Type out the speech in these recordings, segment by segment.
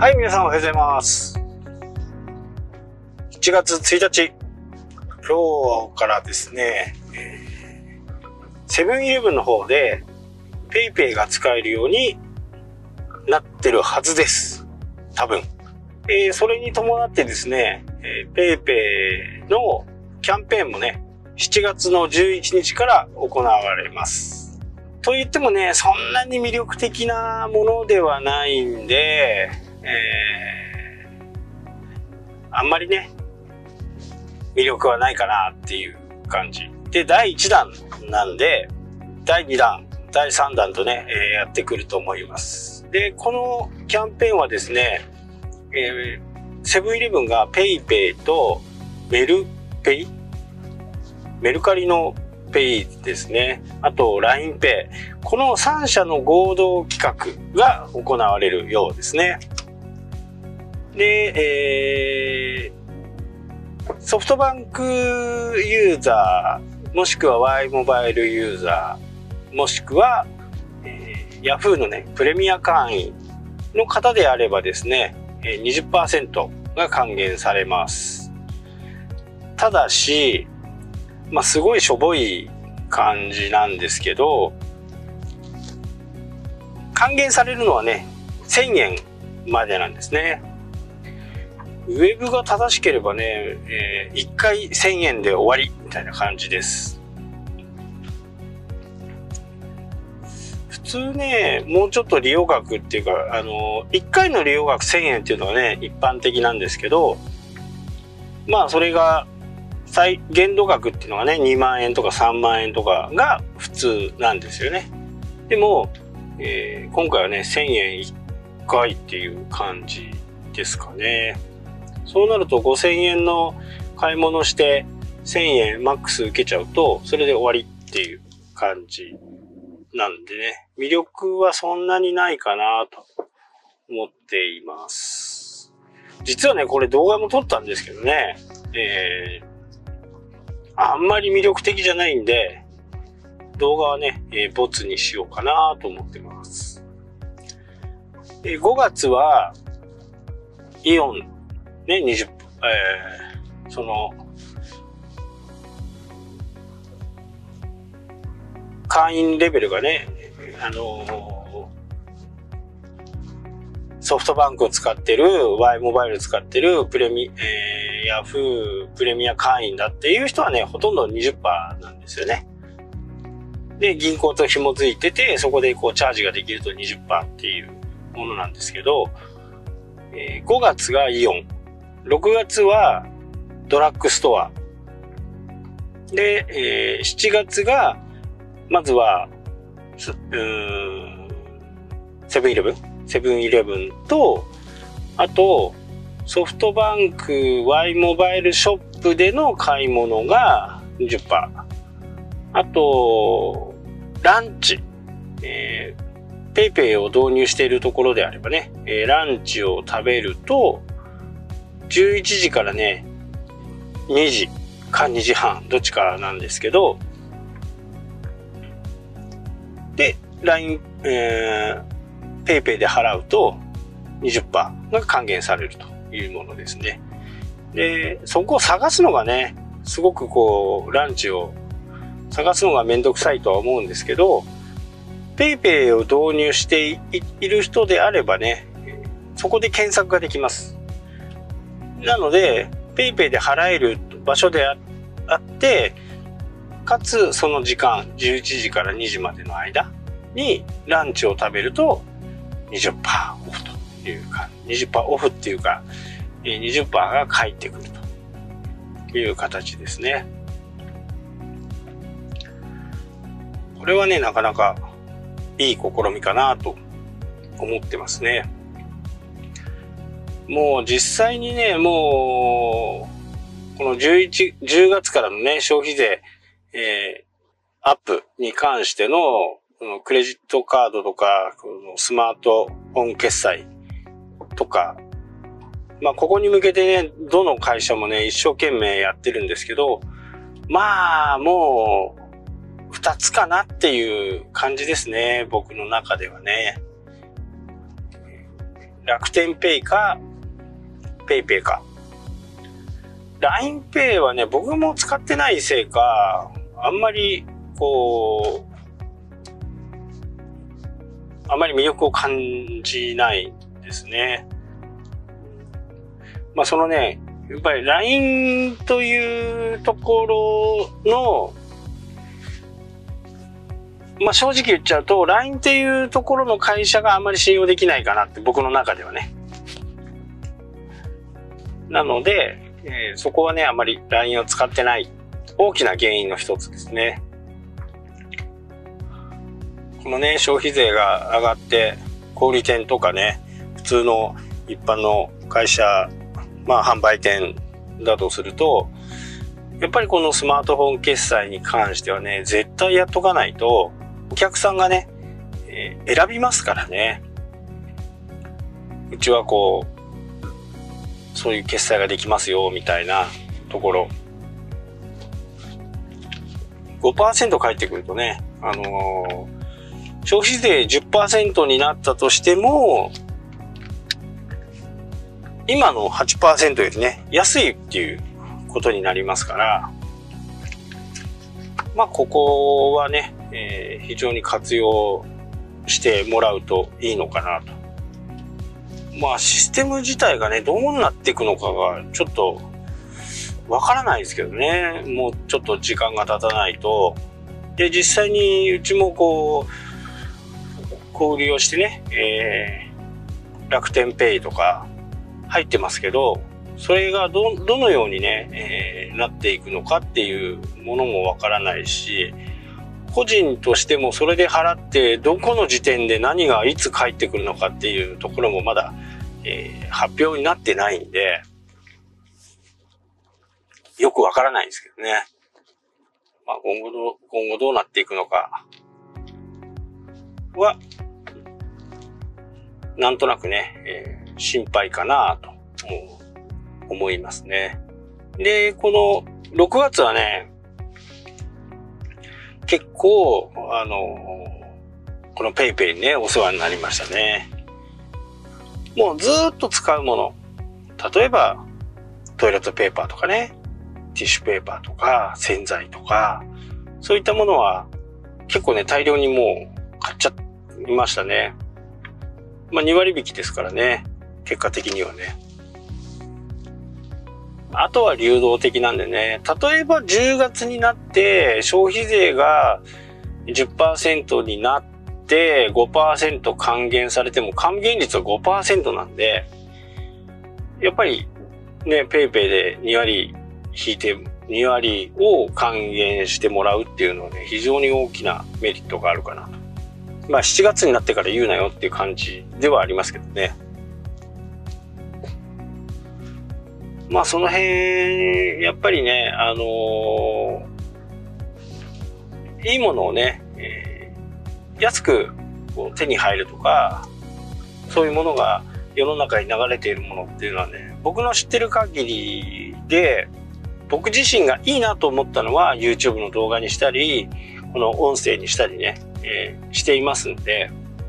はい、皆さんおはようございます。7月1日、今日からですね、セブンイレブンの方で PayPay が使えるようになってるはずです。多分。それに伴ってですね、PayPay のキャンペーンもね、7月の11日から行われます。と言ってもね、そんなに魅力的なものではないんで、あんまりね、魅力はないかなっていう感じ。で、第1弾なんで、第2弾、第3弾とね、やってくると思います。で、このキャンペーンはですね、セブンイレブンが PayPay とメルカリの Pay ですね。あと LINEPay。この3社の合同企画が行われるようですね。で、ソフトバンクユーザー、もしくは Y モバイルユーザー、もしくは、Yahoo のね、プレミア会員の方であればですね、20% が還元されます。ただし、すごいしょぼい感じなんですけど、還元されるのはね、1000円までなんですね。ウェブが正しければね、1回1000円で終わりみたいな感じです。普通ね、もうちょっと利用額っていうか、1回の利用額1000円っていうのはね、一般的なんですけど、それが限度額っていうのがね、2万円とか3万円とかが普通なんですよね。でも、今回はね、1000円1回っていう感じですかね。そうなると5000円の買い物して1000円マックス受けちゃうと、それで終わりっていう感じなんでね、魅力はそんなにないかなと思っています。実はね、これ動画も撮ったんですけどね、あんまり魅力的じゃないんで、動画はね、ボツにしようかなと思ってます。5月はイオンね、その会員レベルがね、ソフトバンクを使ってる Y モバイル使ってるYahoo プレミア会員だっていう人はね、ほとんど 20% なんですよね。で、銀行と紐づいてて、そこでこうチャージができると 20% っていうものなんですけど、5月がイオン、6月はドラッグストアで、7月がまずはセブンイレブンと、あとソフトバンク Y モバイルショップでの買い物が 20%、 あとランチ、PayPay を導入しているところであればね、ランチを食べると11時からね、2時か2時半、どっちかなんですけど、で、PayPay で払うと 20% が還元されるというものですね。で、そこを探すのがね、すごくこう、ランチを探すのがめんどくさいとは思うんですけど、PayPay を導入している人であればね、そこで検索ができます。なので PayPay で払える場所であって、かつその時間11時から2時までの間にランチを食べると 20% オフというか、20% オフっていうか 20% が返ってくるという形ですね。これはね、なかなかいい試みかなと思ってますね。もう実際にね、もうこの10月からのね、消費税、アップに関してのクレジットカードとかスマートフォン決済とか、ここに向けてね、どの会社もね、一生懸命やってるんですけど、もう2つかなっていう感じですね、僕の中ではね。 楽天ペイか、ペイペイか。LINEPay はね、僕も使ってないせいか、あんまり魅力を感じないですね。まあそのね、やっぱり LINE というところの、まあ正直言っちゃうと LINE っていうところの会社があんまり信用できないかなって僕の中ではね。なので、そこはねあまり LINE を使ってない大きな原因の一つですね。このね消費税が上がって小売店とかね普通の一般の会社まあ販売店だとするとやっぱりこのスマートフォン決済に関してはね絶対やっとかないとお客さんがね、選びますからね。うちはそういう決済ができますよみたいなところ 5% 返ってくるとね、消費税 10% になったとしても今の 8% よりね安いっていうことになりますからまあここはね、非常に活用してもらうといいのかなと。まあシステム自体がねどうなっていくのかがちょっとわからないですけどね。もうちょっと時間が経たないと。で実際にうちも小売りをしてね、楽天ペイとか入ってますけどそれがどのようにね、なっていくのかっていうものもわからないし個人としてもそれで払ってどこの時点で何がいつ返ってくるのかっていうところもまだ、発表になってないんでよくわからないんですけどね。まあ今後どうなっていくのかはなんとなくね、心配かなと思いますね。でこの6月はね結構このペイペイにねお世話になりましたね。もうずーっと使うもの例えばトイレットペーパーとかねティッシュペーパーとか洗剤とかそういったものは結構ね大量にもう買っちゃいましたね。まあ2割引きですからね結果的にはね。あとは流動的なんでね例えば10月になって消費税が 10% になって 5% 還元されても還元率は 5% なんでやっぱりねペイペイで2割引いて2割を還元してもらうっていうのはね非常に大きなメリットがあるかなと。まあ7月になってから言うなよっていう感じではありますけどね。まあその辺やっぱりねいいものをね、安く手に入るとかそういうものが世の中に流れているものっていうのはね僕の知ってる限りで僕自身がいいなと思ったのは YouTube の動画にしたりこの音声にしたりね、していますんで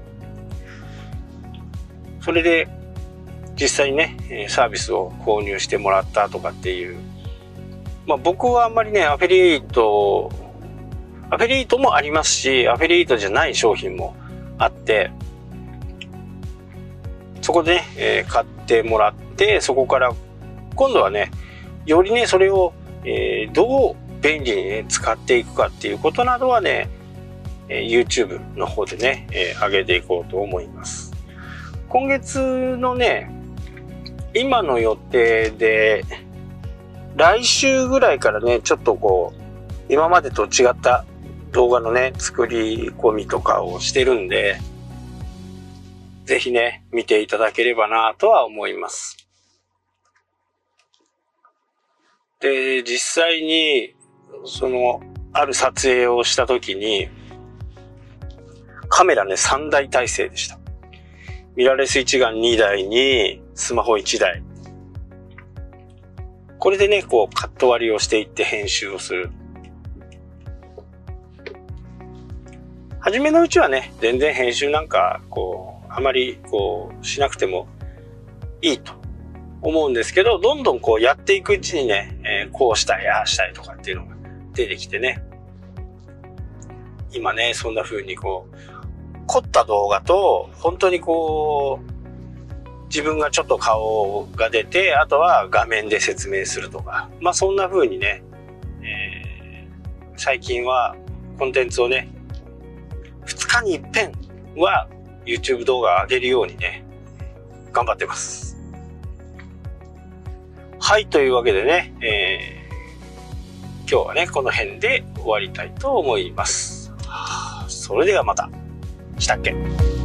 それで実際にねサービスを購入してもらったとかっていうまあ僕はあんまりねアフィリエイトもありますしアフィリエイトじゃない商品もあってそこで、買ってもらってそこから今度はねよりねそれを、どう便利にね使っていくかっていうことなどはね、YouTube の方でね、上げていこうと思います。今月のね今の予定で来週ぐらいからねちょっと今までと違った動画のね作り込みとかをしてるんでぜひね見ていただければなとは思います。で実際にある撮影をした時にカメラね3台体制でした。ミラーレス一眼2台にスマホ1台これでねカット割りをしていって編集をする。初めのうちはね全然編集なんかあまりしなくてもいいと思うんですけど、どんどんこうやっていくうちにね、こうしたい、ああしたいとかっていうのが出てきてね。今ね、そんな風にこう、凝った動画と、本当にこう、自分がちょっと顔が出て、あとは画面で説明するとか、まあそんな風にね、最近はコンテンツをね、2日に一遍は YouTube 動画上げるようにね、頑張ってます。はい、というわけでね、今日はね、この辺で終わりたいと思います。それではまた。したっけ？